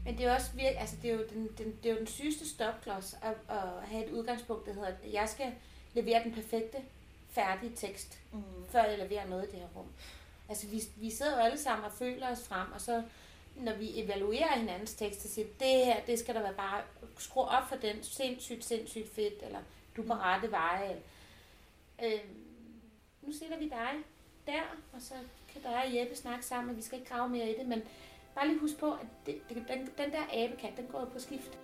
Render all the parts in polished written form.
Men det er også det er jo den sygeste stopklods at have et udgangspunkt, der hedder, at jeg skal levere den perfekte, færdige tekst, før jeg leverer noget i det her rum. Altså vi sidder jo alle sammen og føler os frem, og så når vi evaluerer hinandens tekst, så siger det her, det skal der være bare, skru op for den, sindssygt fedt, eller du er på rette veje. Nu sætter vi dig der, og så kan dig og Jeppe snakke sammen, og vi skal ikke grave mere i det, men bare lige husk på, at den der abekat, den går på skift.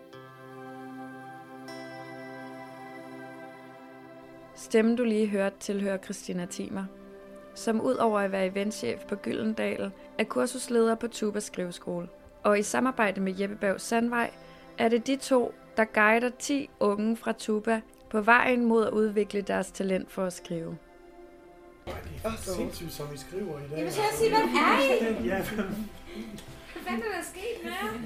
Stemmen du lige hørte tilhører Christina Thimer, som ud over at være eventchef på Gyldendal, er kursusleder på Tuba Skriveskole. Og i samarbejde med Jeppe Berg Sandvej er det de to, der guider 10 unge fra Tuba på vejen mod at udvikle deres talent for at skrive. Det er sindssygt, som I skriver i dag. Jamen, så jeg sige, hvad er I? Ja, Hvad fanden er der sket med jer?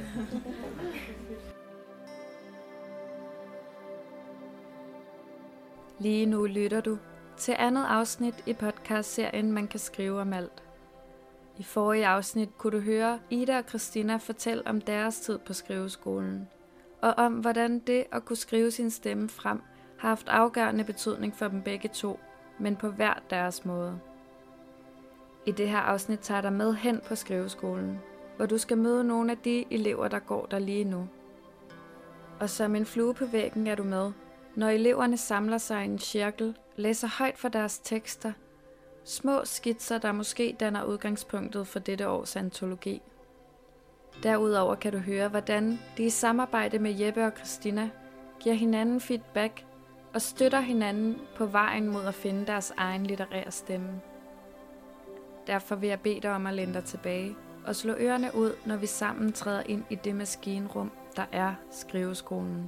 Lige nu lytter du til andet afsnit i podcastserien Man kan skrive om alt. I forrige afsnit kunne du høre Ida og Christina fortælle om deres tid på skriveskolen, og om hvordan det at kunne skrive sin stemme frem har haft afgørende betydning for dem begge to, men på hver deres måde. I det her afsnit tager dig med hen på skriveskolen, hvor du skal møde nogle af de elever, der går der lige nu. Og som en flue på væggen er du med, når eleverne samler sig i en cirkel, læser højt for deres tekster, små skitser, der måske danner udgangspunktet for dette års antologi. Derudover kan du høre, hvordan de i samarbejde med Jeppe og Christina giver hinanden feedback og støtter hinanden på vejen mod at finde deres egen litterære stemme. Derfor vil jeg bede dig om at læne dig tilbage og slå ørerne ud, når vi sammen træder ind i det maskinrum, der er skriveskolen.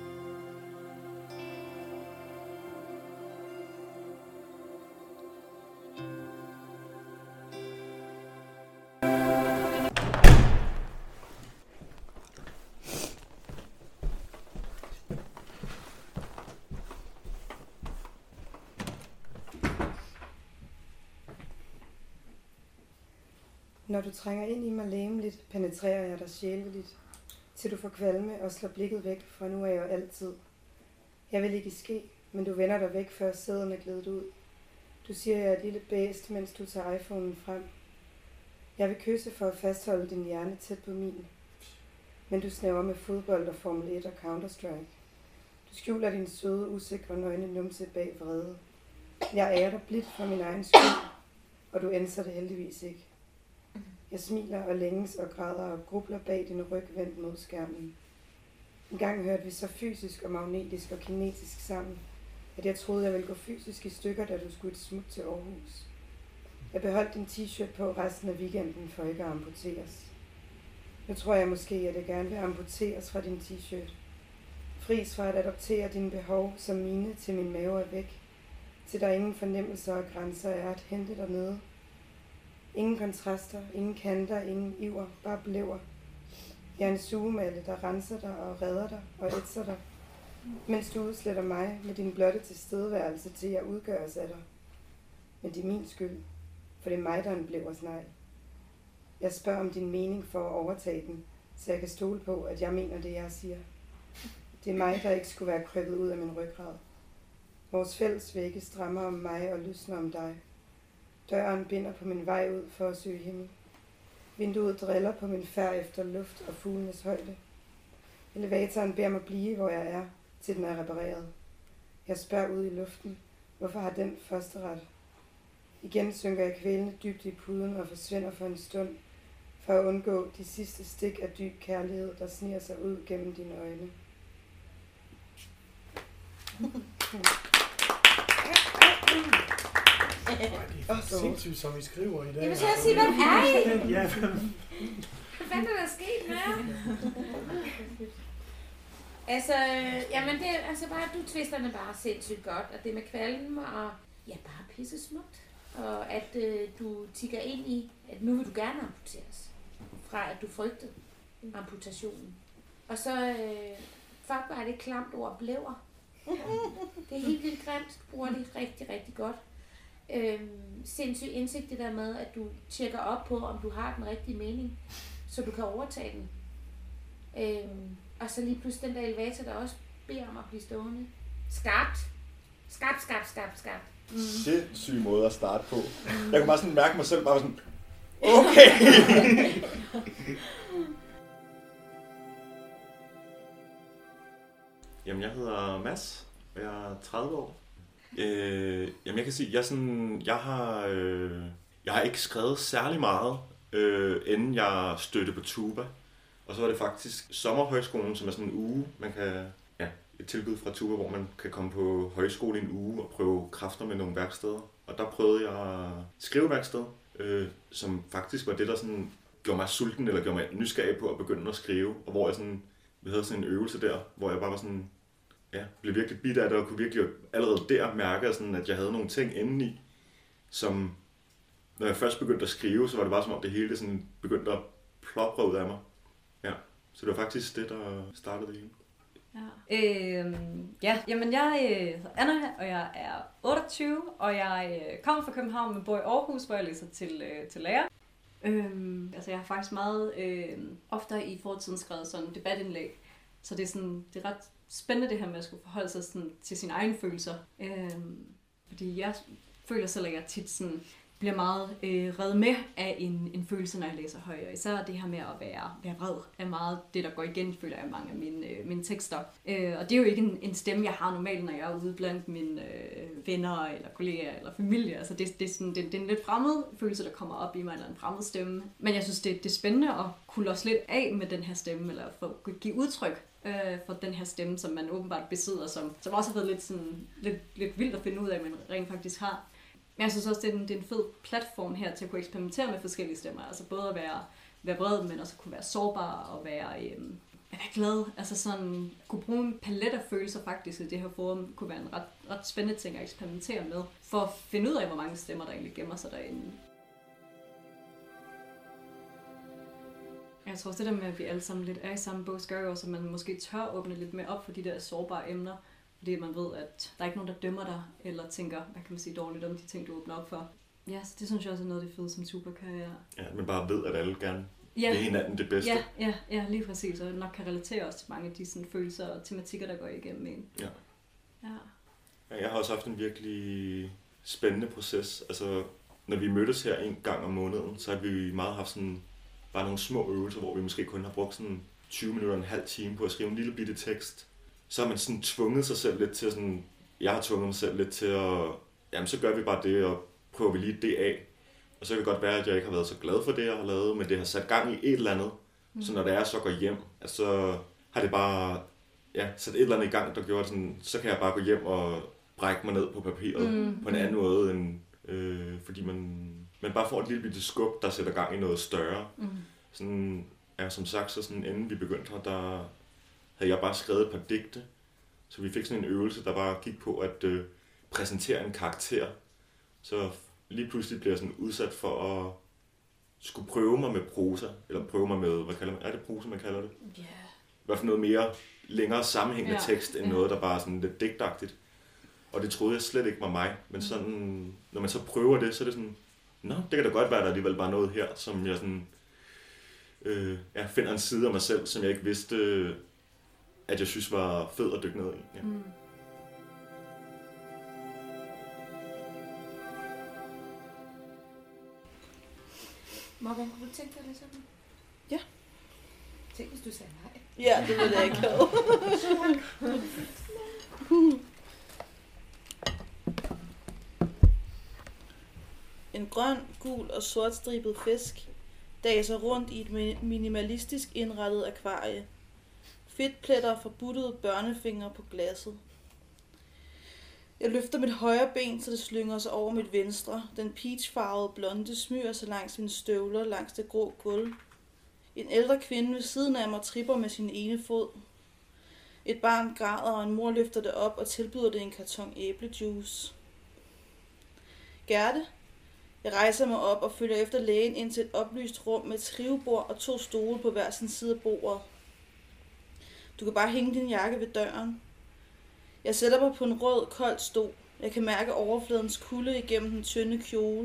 Når du trænger ind i mig legemligt, penetrerer jeg dig sjæleligt, til du får kvalme og slår blikket væk fra nu af og altid. Jeg vil ikke ske, men du vender dig væk, før sæden er glædet ud. Du siger, jeg er et lille bæst, mens du tager iPhonen frem. Jeg vil kysse for at fastholde din hjerne tæt på min. Men du snæver med fodbold og Formel 1 og Counter-Strike. Du skjuler din søde, usikre, nøgne numse bag vrede. Jeg ærer dig blidt for min egen skyld, og du ændrer det heldigvis ikke. Jeg smiler og længes og græder og grubler bag din ryg vendt mod skærmen. En gang hørte vi så fysisk og magnetisk og kinetisk sammen, at jeg troede, jeg ville gå fysisk i stykker, da du skulle et smut til Aarhus. Jeg beholdt din t-shirt på resten af weekenden for ikke at amputeres. Nu tror jeg måske, at jeg gerne vil amputeres fra din t-shirt. Fris fra at adoptere dine behov som mine til min mave er væk, til der ingen fornemmelser og grænser er at hente dernede. Ingen kontraster, ingen kanter, ingen iver, bare blæver. Jeg er en sugemalle, der renser dig og redder dig og ætser dig, mens du udsletter mig med din blotte tilstedeværelse til jeg udgøres af dig. Men det er min skyld, for det er mig, der er en blæversnegl. Jeg spørger om din mening for at overtage den, så jeg kan stole på, at jeg mener det, jeg siger. Det er mig, der ikke skulle være krøbet ud af min ryggrad. Vores fælles vægge strammer om mig og løsner om dig. Døren binder på min vej ud for at søge himmel. Vinduet driller på min færd efter luft og fuglenes højde. Elevatoren beder mig blive, hvor jeg er, til den er repareret. Jeg spørger ud i luften, hvorfor har den første ret? Igen synker jeg kvælende dybt i puden og forsvinder for en stund, for at undgå de sidste stik af dyb kærlighed, der sniger sig ud gennem dine øjne. Det er sindssygt, som I skriver i dag. Jamen, så jeg sige, hvad er I? Ja, Hvad fanden er der sket med jer? Altså, jamen det er altså bare, du twister det bare sindssygt godt, og det med kvalmen og ja, bare pisse smukt. Og at du tigger ind i, at nu vil du gerne amputeres, fra at du frygtede amputationen. Og så, fuck var det klamt ord, blæver. Det er helt vildt grimt, bruger det rigtig, rigtig godt. Sindssygt indsigt det der med, at du tjekker op på, om du har den rigtige mening, så du kan overtage den. Og så lige pludselig den der elevator, der også beder om at blive stående. Skarpt. Skarpt. Sindssyg måde at starte på. Jeg kunne bare sådan mærke mig selv, bare sådan, okay. Jamen, jeg hedder Mads, og jeg er 30 år. Jamen, jeg kan sige, jeg har ikke skrevet særlig meget, inden jeg stødte på Tuba. Og så var det faktisk Sommerhøjskolen, som er sådan en uge, et tilbud fra Tuba, hvor man kan komme på højskole i en uge og prøve kræfter med nogle værksteder. Og der prøvede jeg skriveværksted, som faktisk var det, der sådan gjorde mig sulten, eller gjorde mig nysgerrig på at begynde at skrive. Og hvor vi havde sådan en øvelse der, hvor jeg bare var sådan, blev virkelig bidt af det, og kunne virkelig allerede der mærke, sådan, at jeg havde nogle ting indeni, som, når jeg først begyndte at skrive, så var det bare som om det hele sådan begyndte at plopre ud af mig. Ja, så det var faktisk det, der startede det hele. Jamen jeg hedder Anna, og jeg er 28, og jeg kommer fra København, men bor i Aarhus, hvor jeg læser til lærer. Jeg har faktisk meget ofte i fortiden skrevet sådan debatindlæg, så det er ret spændende det her med at skulle forholde sig sådan til sine egne følelser. Fordi jeg føler selv, at jeg tit sådan bliver meget revet med af en følelse, når jeg læser højt. Og især det her med at være vred er meget det, der går igen, føler jeg, mange af mine tekster. Og det er jo ikke en stemme, jeg har normalt, når jeg er ude blandt mine venner eller kolleger eller familie. Altså det er en lidt fremmed følelse, der kommer op i mig, eller en fremmed stemme. Men jeg synes, det er spændende at kunne også lidt af med den her stemme, eller for at give udtryk for den her stemme, som man åbenbart besidder, som også har været lidt vildt at finde ud af, at man rent faktisk har. Men jeg synes også, det er en fed platform her til at kunne eksperimentere med forskellige stemmer. Altså både at være vred, men også at kunne være sårbar og være glad. Altså sådan kunne bruge en palet af følelser faktisk i det her forum, kunne være en ret spændende ting at eksperimentere med, for at finde ud af, hvor mange stemmer der egentlig gemmer sig derinde. Jeg tror også det der med, at vi alle sammen lidt er i samme båd, gør jo, så man måske tør åbne lidt mere op for de der sårbare emner. Fordi man ved, at der er ikke nogen, der dømmer dig, eller tænker, hvad kan man sige, dårligt om de ting, du åbner op for. Ja, så det synes jeg også er noget af det fede, som Tuba kan. Ja, men bare ved, at alle gerne vil hinanden det bedste. Ja, lige præcis. Og nok kan relatere også til mange af de sådan, følelser og tematikker, der går igennem en. Ja, jeg har også haft en virkelig spændende proces. Altså, når vi mødtes her en gang om måneden, så har vi meget haft sådan bare nogle små øvelser, hvor vi måske kun har brugt sådan 20 minutter og en halv time på at skrive en lille bitte tekst. Så har man sådan tvunget sig selv lidt til sådan, jeg har tvunget mig selv lidt til at, jamen så gør vi bare det, og prøver vi lige det af. Og så kan det godt være, at jeg ikke har været så glad for det, jeg har lavet, men det har sat gang i et eller andet. Så når det er, så går hjem, så har det bare sat et eller andet i gang, der gjorde sådan, så kan jeg bare gå hjem og brække mig ned på papiret på en anden måde, end, fordi man bare får et lille bitte skub, der sætter gang i noget større. Sådan, som sagt, så sådan, inden vi begyndte her, der havde jeg bare skrevet et par digte, så vi fik sådan en øvelse, der bare gik på at præsentere en karakter. Så lige pludselig bliver jeg sådan udsat for at skulle prøve mig med prosa, eller prøve mig med, hvad kalder man, er det prosa, man kalder det? Ja. I hvert fald noget mere længere sammenhængende tekst, end noget, der bare er sådan lidt digtagtigt. Og det troede jeg slet ikke var mig, men sådan, når man så prøver det, så er det sådan, det kan da godt være, der alligevel bare noget her, som jeg sådan, finder en side af mig selv, som jeg ikke vidste, at jeg synes var fed at dykke ned i. Ja. Morgan, kunne du tænke dig det sådan? Ja. Tænk, hvis du sagde nej. Ja, det ville jeg ikke have. En grøn, gul og sortstribet fisk daser rundt i et minimalistisk indrettet akvarie. Fedtpletter fra buttede børnefingre på glasset. Jeg løfter mit højre ben, så det slynger sig over mit venstre. Den peachfarvede blonde smyger sig langs mine støvler langs det grå gulv. En ældre kvinde ved siden af mig tripper med sin ene fod. Et barn græder, og en mor løfter det op og tilbyder det en karton æblejuice. Gerte. Jeg rejser mig op og følger efter lægen ind til et oplyst rum med et skrivebord og 2 stole på hver sin side af bordet. Du kan bare hænge din jakke ved døren. Jeg sætter mig på en rød, kold stol. Jeg kan mærke overfladens kulde igennem den tynde kjole.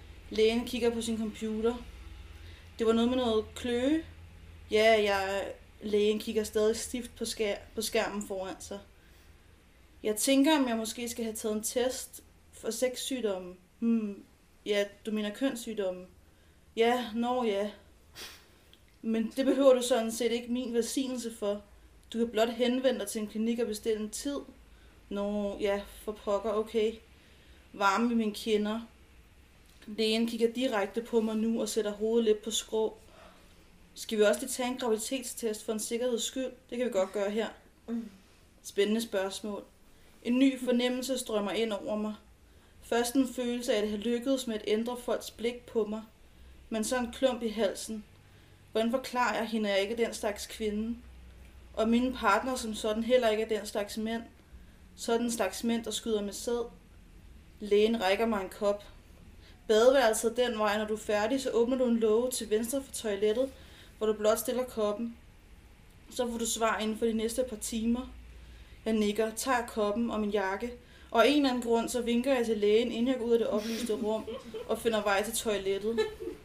Lægen kigger på sin computer. Det var noget med noget kløe. Ja, Lægen kigger stadig stift på skærmen foran sig. Jeg tænker, om jeg måske skal have taget en test for sexsygdomme. Ja, du mener kønssygdomme. Ja, ja. Men det behøver du sådan set ikke min velsignelse for. Du kan blot henvende dig til en klinik og bestille en tid. Ja, for pokker, okay. Varme i mine kinder. Lægen kigger direkte på mig nu og sætter hovedet lidt på skrå. Skal vi også lige tage en graviditetstest for en sikkerheds skyld? Det kan vi godt gøre her. Spændende spørgsmål. En ny fornemmelse strømmer ind over mig. Først en følelse af, at det har lykkedes med at ændre folks blik på mig. Men så en klump i halsen. Hvordan forklarer jeg hende, at jeg ikke er den slags kvinde? Og mine partner som sådan heller ikke er den slags mænd. Sådan en slags mænd, der skyder med sæd. Lægen rækker mig en kop. Badeværelset den vej, når du er færdig, så åbner du en låge til venstre for toilettet, hvor du blot stiller koppen. Så får du svar inden for de næste par timer. Jeg nikker, tager koppen og min jakke, og af en eller anden grund, så vinker jeg til lægen, inden jeg går ud af det oplyste rum, og finder vej til toilettet.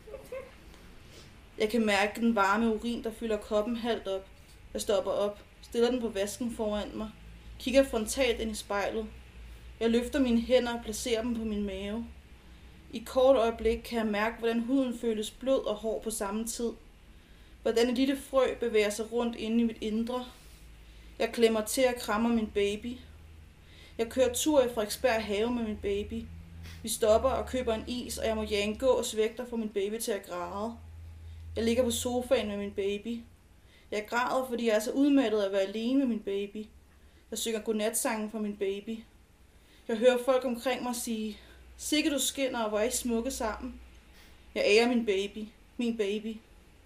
Jeg kan mærke den varme urin, der fylder koppen halvt op. Jeg stopper op, stiller den på vasken foran mig, kigger frontalt ind i spejlet. Jeg løfter mine hænder og placerer dem på min mave. I et kort øjeblik kan jeg mærke, hvordan huden føles blød og hård på samme tid. Hvordan et lille frø bevæger sig rundt inde i mit indre. Jeg klemmer til og krammer min baby. Jeg kører tur i Frederiksberg have med min baby. Vi stopper og køber en is, og jeg må jage en gås væk der får min baby til at græde. Jeg ligger på sofaen med min baby. Jeg græder, fordi jeg er så udmattet at være alene med min baby. Jeg synger godnatsangen for min baby. Jeg hører folk omkring mig sige, sikke du skinner, og hvor er I smukke sammen. Jeg ærer min baby. Min baby.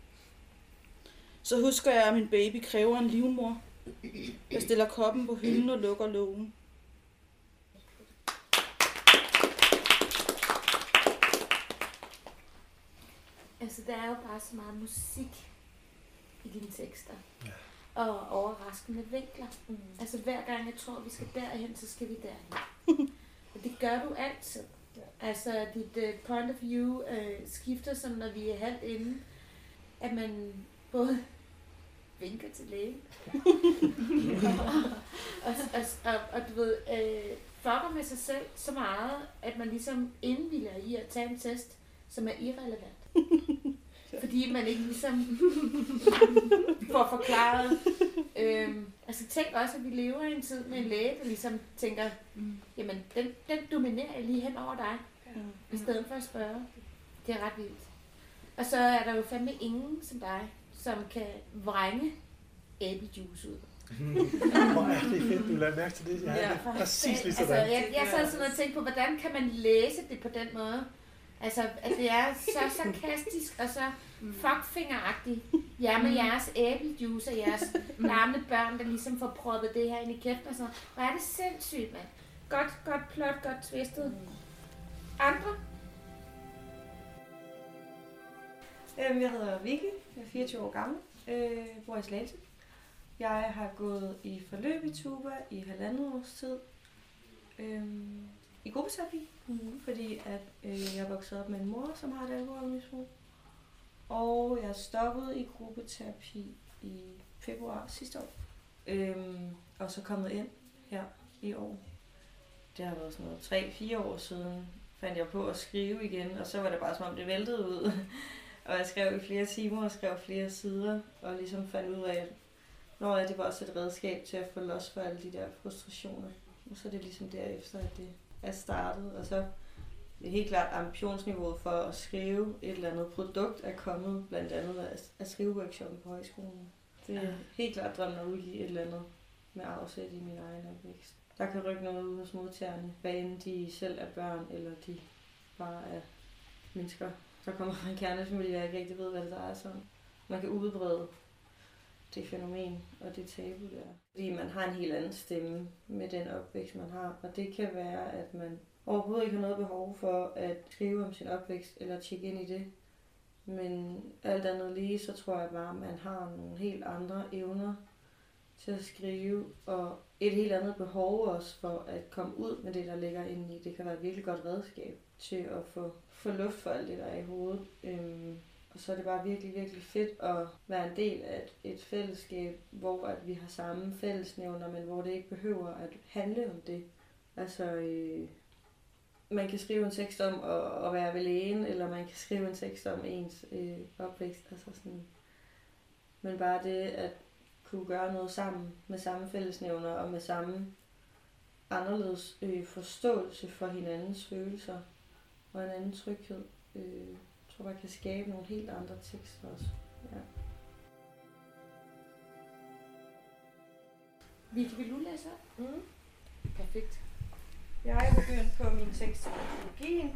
Så husker jeg, at min baby kræver en livmor. Jeg stiller koppen på hylden og lukker lågen. Altså, der er jo bare så meget musik i dine tekster. Ja. Og overraskende vinkler. Altså, hver gang jeg tror, vi skal derhen, så skal vi derhen. Og det gør du altid. Ja. Altså, dit point of view skifter, som når vi er halvt inde, at man både vinker til lægen, og du ved, fucker med sig selv så meget, at man ligesom indvilder i at tage en test, som er irrelevant. Fordi man ikke ligesom får forklaret. Altså tænk også, at vi lever i en tid med en læge, der ligesom tænker, jamen den dominerer jeg lige hen over dig, i stedet for at spørge. Det er ret vildt. Og så er der jo fandme ingen som dig, som kan vrænge æblejuice ud. Hvor er det fedt, du lader mærke til det. Ja, præcis lige sådan. Altså, jeg sad sådan og tænkte på, hvordan kan man læse det på den måde? Altså, at det er så sarkastisk og så fuckfingeragtigt. Ja, med jeres æblejuice og jeres larmende børn, der ligesom får proppet det her ind i kæften og sådan. Hvor er det sindssygt, mand. Godt plot, godt twistet. Andre? Jeg hedder Vicky, jeg er 24 år gammel, bor i Slagelse. Jeg har gået i forløb i Tuba i 1,5 års tid. I gruppeterapi, fordi at jeg er vokset op med en mor, som har et alkoholmisbrug. Og jeg stoppede i gruppeterapi i februar sidste år. Og så kommet ind her i år. Det har været sådan noget 3-4 år siden, fandt jeg på at skrive igen, og så var det bare som om det væltede ud. Og jeg skrev i flere timer og skrev flere sider, og ligesom fandt ud af, at det var også et redskab til at få los for alle de der frustrationer. Og så er det ligesom derefter, at det er startet, og så det er helt klart ambitionsniveauet for at skrive et eller andet produkt er kommet blandt andet af skriveworkshoppen på højskolen. Det er helt klart drømmen at udgive et eller andet med afsæt i min egen opvækst. Der kan rykke noget ud hos modtagerne, hvad end de selv er børn, eller de bare er mennesker, der kommer fra en kernefamilie, jeg ikke rigtig ved, hvad det drejer sig om. Man kan udbrede det fænomen og det tabu der. Fordi man har en helt anden stemme med den opvækst, man har. Og det kan være, at man overhovedet ikke har noget behov for at skrive om sin opvækst eller tjekke ind i det. Men alt andet lige, så tror jeg bare, at man har nogle helt andre evner til at skrive, og et helt andet behov også for at komme ud med det, der ligger inde i. Det kan være et virkelig godt redskab til at få luft for alt det, der er i hovedet. Og Og så er det bare virkelig, virkelig fedt at være en del af et fællesskab, hvor at vi har samme fællesnævner, men hvor det ikke behøver at handle om det. Altså, man kan skrive en tekst om at være ved lægen, eller man kan skrive en tekst om ens opvækst. Altså sådan. Men bare det at kunne gøre noget sammen med samme fællesnævner og med samme anderledes forståelse for hinandens følelser og en anden tryghed. Jeg tror, man kan skabe nogle helt andre tekster også. Ja. Vil du læse op? Perfekt. Jeg er begyndt på min tekst til psykologien.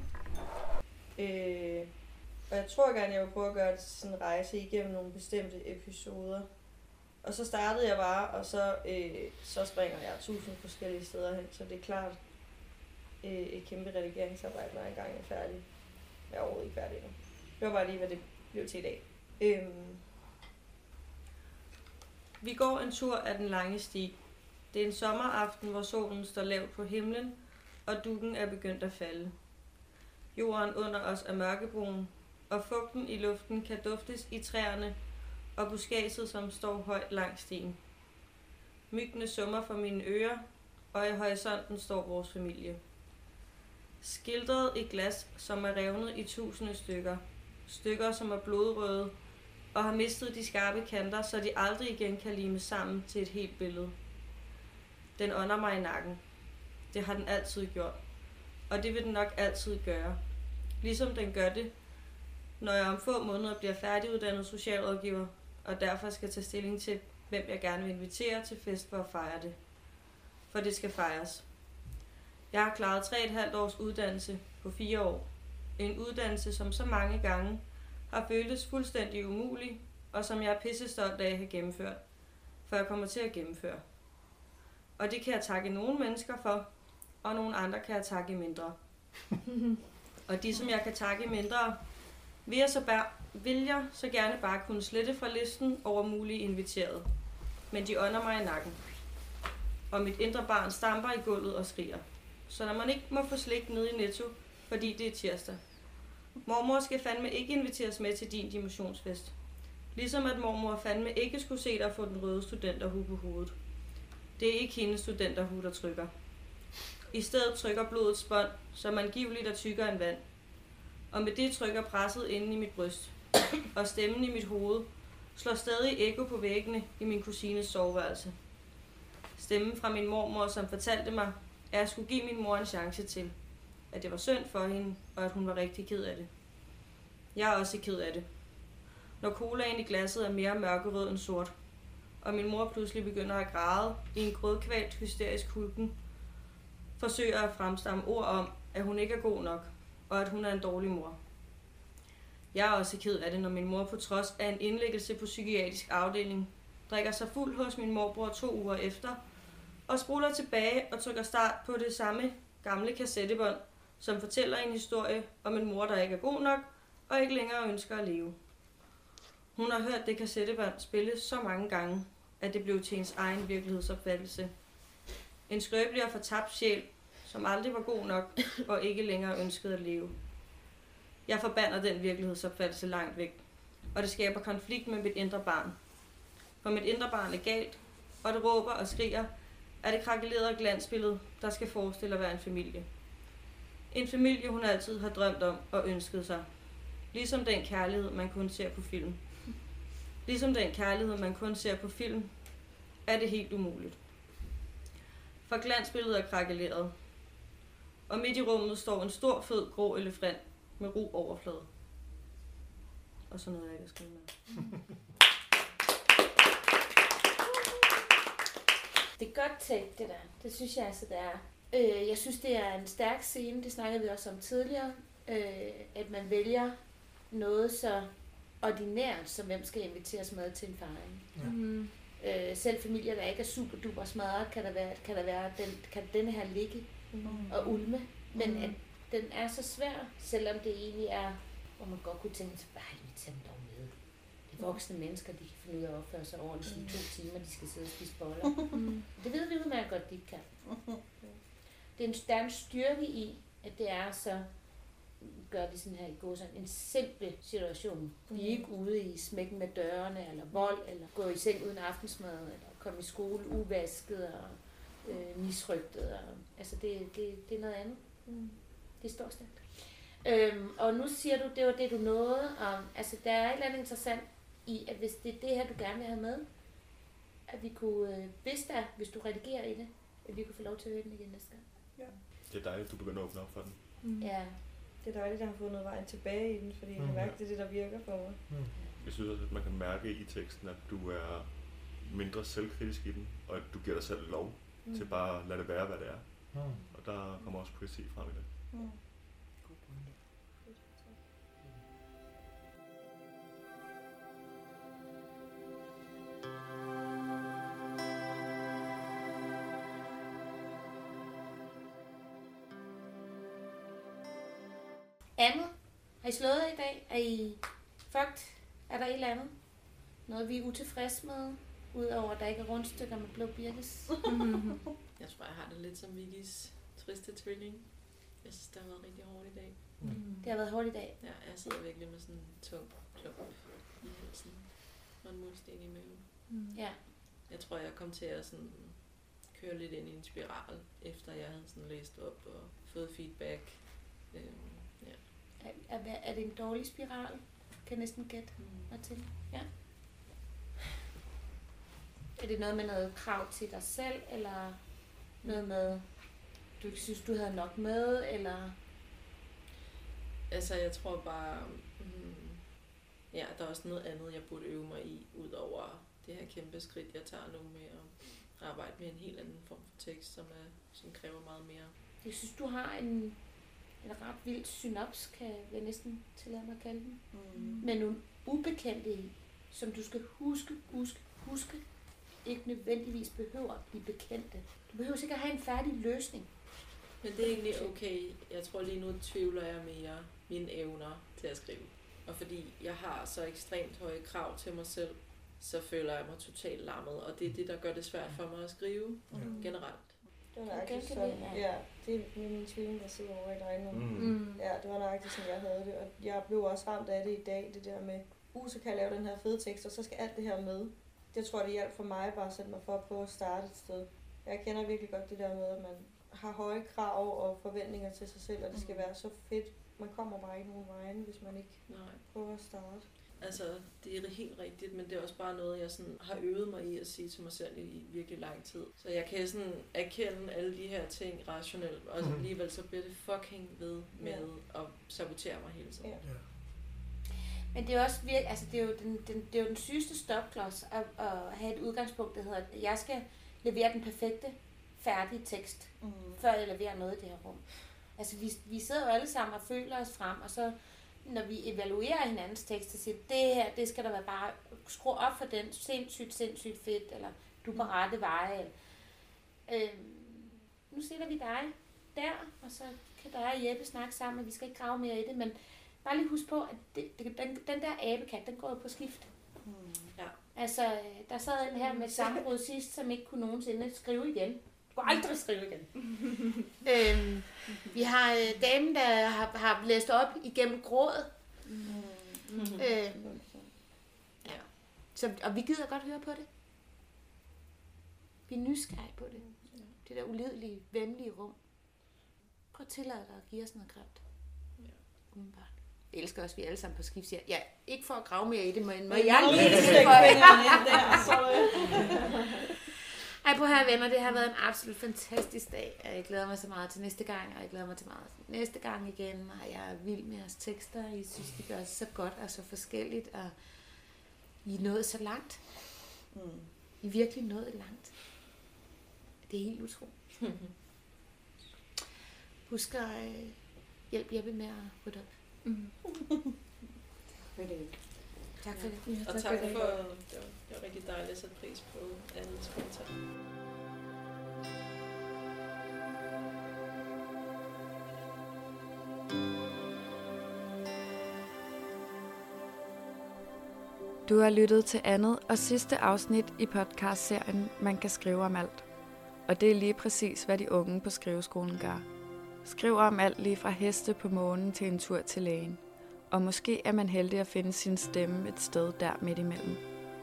Og jeg tror gerne, jeg vil prøve at gøre det sådan en rejse igennem nogle bestemte episoder. Og så startede jeg bare, og så springer jeg 1000 forskellige steder hen. Så det er klart et kæmpe redigeringsarbejde, når jeg engang er færdig. Jeg er overhovedet ikke færdig endnu. Det var bare lige, hvad det blev til i dag. Vi går en tur af den lange sti. Det er en sommeraften, hvor solen står lavt på himlen, og dukken er begyndt at falde. Jorden under os er mørkebrun, og fugten i luften kan duftes i træerne og buskadset, som står højt langs stien. Myggene summer for mine ører, og i horisonten står vores familie. Skildret i glas, som er revnet i 1000 stykker. Stykker, som er blodrøde og har mistet de skarpe kanter, så de aldrig igen kan limes sammen til et helt billede. Den ånder mig i nakken. Det har den altid gjort. Og det vil den nok altid gøre. Ligesom den gør det, når jeg om få måneder bliver færdiguddannet socialrådgiver, og derfor skal tage stilling til, hvem jeg gerne vil invitere til fest for at fejre det. For det skal fejres. Jeg har klaret 3,5 års uddannelse på 4 år. En uddannelse, som så mange gange har føltes fuldstændig umulig, og som jeg er pissestolt af at have gennemført, for jeg kommer til at gennemføre. Og det kan jeg takke nogle mennesker for, og nogle andre kan jeg takke mindre. Og de, som jeg kan takke mindre, vil jeg så gerne bare kunne slette fra listen over mulige inviterede. Men de ånder mig i nakken. Og mit indre barn stamper i gulvet og skriger. Så når man ikke må få slik ned i Netto, fordi det er tirsdag. Mormor skal fandme ikke inviteres med til din dimensionsfest. Ligesom at mormor fandme ikke skulle se dig få den røde studenterhue på hovedet. Det er ikke hendes studenterhue, der trykker. I stedet trykker blodets bånd, som angiveligt er tykkere end vand. Og med det trykker presset inde i mit bryst. Og stemmen i mit hoved slår stadig ekko på væggene i min kusines soveværelse. Stemmen fra min mormor, som fortalte mig, at jeg skulle give min mor en chance til. At det var synd for hende, og at hun var rigtig ked af det. Jeg er også ked af det. Når colaen i glasset er mere mørkerød end sort, og min mor pludselig begynder at græde i en grødkvalt hysterisk hulken, forsøger at fremstamme ord om, at hun ikke er god nok, og at hun er en dårlig mor. Jeg er også ked af det, når min mor på trods af en indlæggelse på psykiatrisk afdeling, drikker sig fuld hos min morbror 2 uger efter, og spoler tilbage og trykker start på det samme gamle kassettebånd, som fortæller en historie om en mor, der ikke er god nok, og ikke længere ønsker at leve. Hun har hørt det kassettebånd spilles så mange gange, at det blev til hendes egen virkelighedsopfattelse. En skrøbelig og fortabt sjæl, som aldrig var god nok, og ikke længere ønskede at leve. Jeg forbander den virkelighedsopfattelse langt væk, og det skaber konflikt med mit indre barn. For mit indre barn er galt, og det råber og skriger af det krakelerede glansbillede, der skal forestille at være en familie. En familie, hun altid har drømt om og ønsket sig. Ligesom den kærlighed, man kun ser på film. Ligesom den kærlighed, man kun ser på film, er det helt umuligt. For glansbilledet er krakeleret. Og midt i rummet står en stor, fed, grå elefant med ru overflade. Og så noget, jeg ikke har skrevet med. Det er godt tænkt, det der. Det synes jeg altså, det er. Jeg synes, det er en stærk scene. Det snakkede vi også om tidligere. At man vælger noget så ordinært, som hvem skal inviteres med til en fejring. Ja. Selv familier, der ikke er super duper smadret, kan denne her ligge og ulme. Men at den er så svær, selvom det egentlig er, hvor man godt kunne tænke sig, bare inviter dem dog med. Det er voksne mennesker, de kan finde ud af at opføre sig ordentligt i 2 timer, de skal sidde og spise boller. Det ved vi udmærket godt, de ikke kan. Der er en styrke i, at det er så gør det sådan her i går, sådan en simpel situation. Vi er ikke ude i smækken med dørene, eller vold, eller gå i seng uden aftensmad, eller komme i skole uvasket og misrygtet. Altså det er noget andet. Det står stærkt. Og nu siger du, det var det, du nåede. Og, altså, der er et eller andet interessant i, at hvis det er det her, du gerne vil have med, at vi kunne, hvis du redigerer i det, at vi kunne få lov til at høre den igen næste gang. Ja. Det er dejligt, du begynder at åbne op for den. Ja. Det er dejligt, at jeg har fundet vejen tilbage i den, fordi jeg mærker, det er det, der virker for mig. Jeg synes også, at man kan mærke i teksten, at du er mindre selvkritisk i den, og at du giver dig selv lov til bare at lade det være, hvad det er. Og der kommer også poesi frem i det. God pointe. Andet? Har I slået i dag? Er I fucked? Er der et eller andet? Noget, vi er utilfredse med? Udover, at der ikke er rundstykker med blå birkes? Jeg tror, jeg har det lidt som Viggis triste tvilling. Jeg synes, det har været rigtig hårdt i dag. Det har været hårdt i dag. Ja, jeg sidder virkelig med sådan en tung klump i halsen og en mundsten i maven. Ja. Jeg tror, jeg kom til at sådan køre lidt ind i en spiral, efter jeg havde sådan læst op og fået feedback. Er det en dårlig spiral? Kan jeg næsten gætte mig til. Ja. Er det noget med noget krav til dig selv, eller noget med, du ikke synes, du havde nok med, eller? Altså, jeg tror bare, ja, der er også noget andet, jeg burde øve mig i, ud over det her kæmpe skridt, jeg tager nu med at arbejde med en helt anden form for tekst, som kræver meget mere. Jeg synes, du har en ret vild synops, kan jeg næsten tillade mig at kalde den. Med nogle ubekendte i, som du skal huske, ikke nødvendigvis behøver at blive bekendte. Du behøver sikkert have en færdig løsning. Men det er egentlig okay. Jeg tror lige nu tvivler jeg mere mine evner til at skrive. Og fordi jeg har så ekstremt høje krav til mig selv, så føler jeg mig totalt lammet. Og det er det, der gør det svært for mig at skrive generelt. Det var nøjagtigt sådan, ja, det er min tvilling, der sidder over i dig nu. Ja, det var nøjagtigt sådan, jeg havde det. Og jeg blev også ramt af det i dag, det der med, så kan jeg lave den her fede tekst, og så skal alt det her med. Jeg tror, det hjalp for mig bare at sætte mig for at prøve at starte et sted. Jeg kender virkelig godt det der med, at man har høje krav og forventninger til sig selv, og det skal være så fedt. Man kommer bare ikke nogen vejen, hvis man ikke prøver at starte. Altså, det er helt rigtigt, men det er også bare noget, jeg sådan har øvet mig i at sige til mig selv i virkelig lang tid. Så jeg kan sådan erkende alle de her ting rationelt, og alligevel så bliver det fucking ved med at sabotere mig hele tiden. Ja. Men det er også altså det er jo den sygeste stopklods at have et udgangspunkt, der hedder, at jeg skal levere den perfekte, færdige tekst, før jeg leverer noget i det her rum. Altså vi sidder jo alle sammen og føler os frem, og så når vi evaluerer hinandens tekst og siger, det her, det skal der være bare, skru op for den, sindssygt fedt, eller du er på rette veje. Nu sætter vi dig der, og så kan dig og Jeppe snakke sammen, og vi skal ikke grave mere i det, men bare lige husk på, at den der abekat, den går jo på skift. Ja. Altså, der sad en her med et sammenbrud sidst, som ikke kunne nogensinde skrive igen. Du kan aldrig skrive igen. Vi har damen, der har læst op igennem grådet. Og vi gider godt høre på det. Vi er nysgerrige på det. Det der ulidelige, venlige rum. Prøv at tillade dig at give os noget grimt. Umiddelbart. Jeg elsker også, vi alle sammen på skift siger, ja, ikke for at grave mere i det, men må jeg lige Ej, på her venner, det har været en absolut fantastisk dag. Jeg glæder mig så meget til næste gang, og jeg glæder mig til meget til næste gang igen. Og jeg er vild med jeres tekster. Jeg synes, de gør så godt og så forskelligt, og I er nået så langt. I er virkelig nået langt. Det er helt utroligt. Husk at hjælpe Jeppe med at rydde op. Tak for det. Og tak for det var rigtig dejligt at sætte pris på alles kommentar. Du har lyttet til andet og sidste afsnit i podcastserien Man kan skrive om alt. Og det er lige præcis, hvad de unge på skriveskolen gør. skriver om alt lige fra heste på månen til en tur til lægen. Og måske er man heldig at finde sin stemme et sted der midt imellem.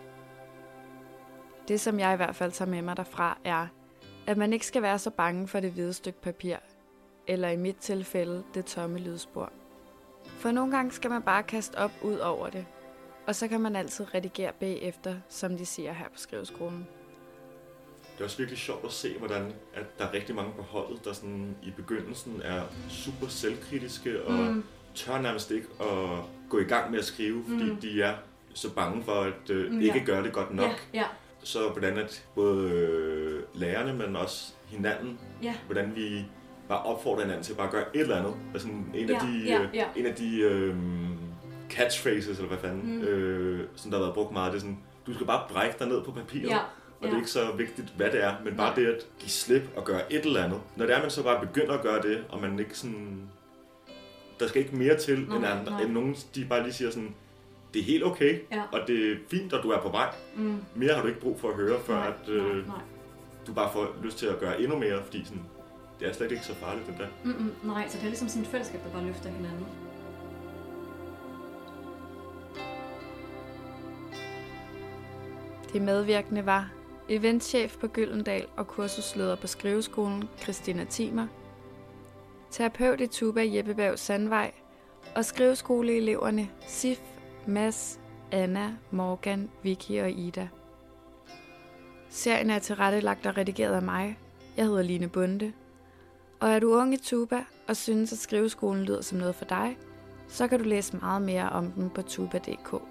Det, som jeg i hvert fald tager med mig derfra, er, at man ikke skal være så bange for det hvide stykke papir, eller i mit tilfælde det tomme lydspor. For nogle gange skal man bare kaste op ud over det, og så kan man altid redigere bagefter, som de siger her på skriveskolen. Det er også virkelig sjovt at se, hvordan at der er rigtig mange på holdet, der sådan i begyndelsen er super selvkritiske og tør nærmest ikke at gå i gang med at skrive, fordi de er så bange for at ikke gøre det godt nok. Ja. Så hvordan at både lærerne, men også hinanden, hvordan vi bare opfordrer hinanden til at bare gøre et eller andet. Altså en af de catchphrases, eller hvad fanden, som der har været brugt meget, det er sådan, du skal bare brække dig ned på papiret. Og det er ikke så vigtigt, hvad det er, men bare det at give slip og gøre et eller andet. Når det er, man så bare begynder at gøre det, og man ikke sådan... Der skal ikke mere til, end nogen, de bare lige siger sådan, det er helt okay, og det er fint, at du er på vej. Mere har du ikke brug for at høre, før at du bare får lyst til at gøre endnu mere, fordi sådan, det er slet ikke så farligt, det der. Nej, så det er ligesom sådan et fællesskab, der bare løfter hinanden. De medvirkende var eventchef på Gyldendal og kursusleder på skriveskolen Christina Thimer, terapeut i tuba Jeppe Berg Sandvej og skriveskoleeleverne Sif, Mads, Anna, Morgan, Vicky og Ida. Serien er tilrettelagt og redigeret af mig. Jeg hedder Line Bunde. Og er du ung i tuba og synes, at skriveskolen lyder som noget for dig, så kan du læse meget mere om den på tuba.dk.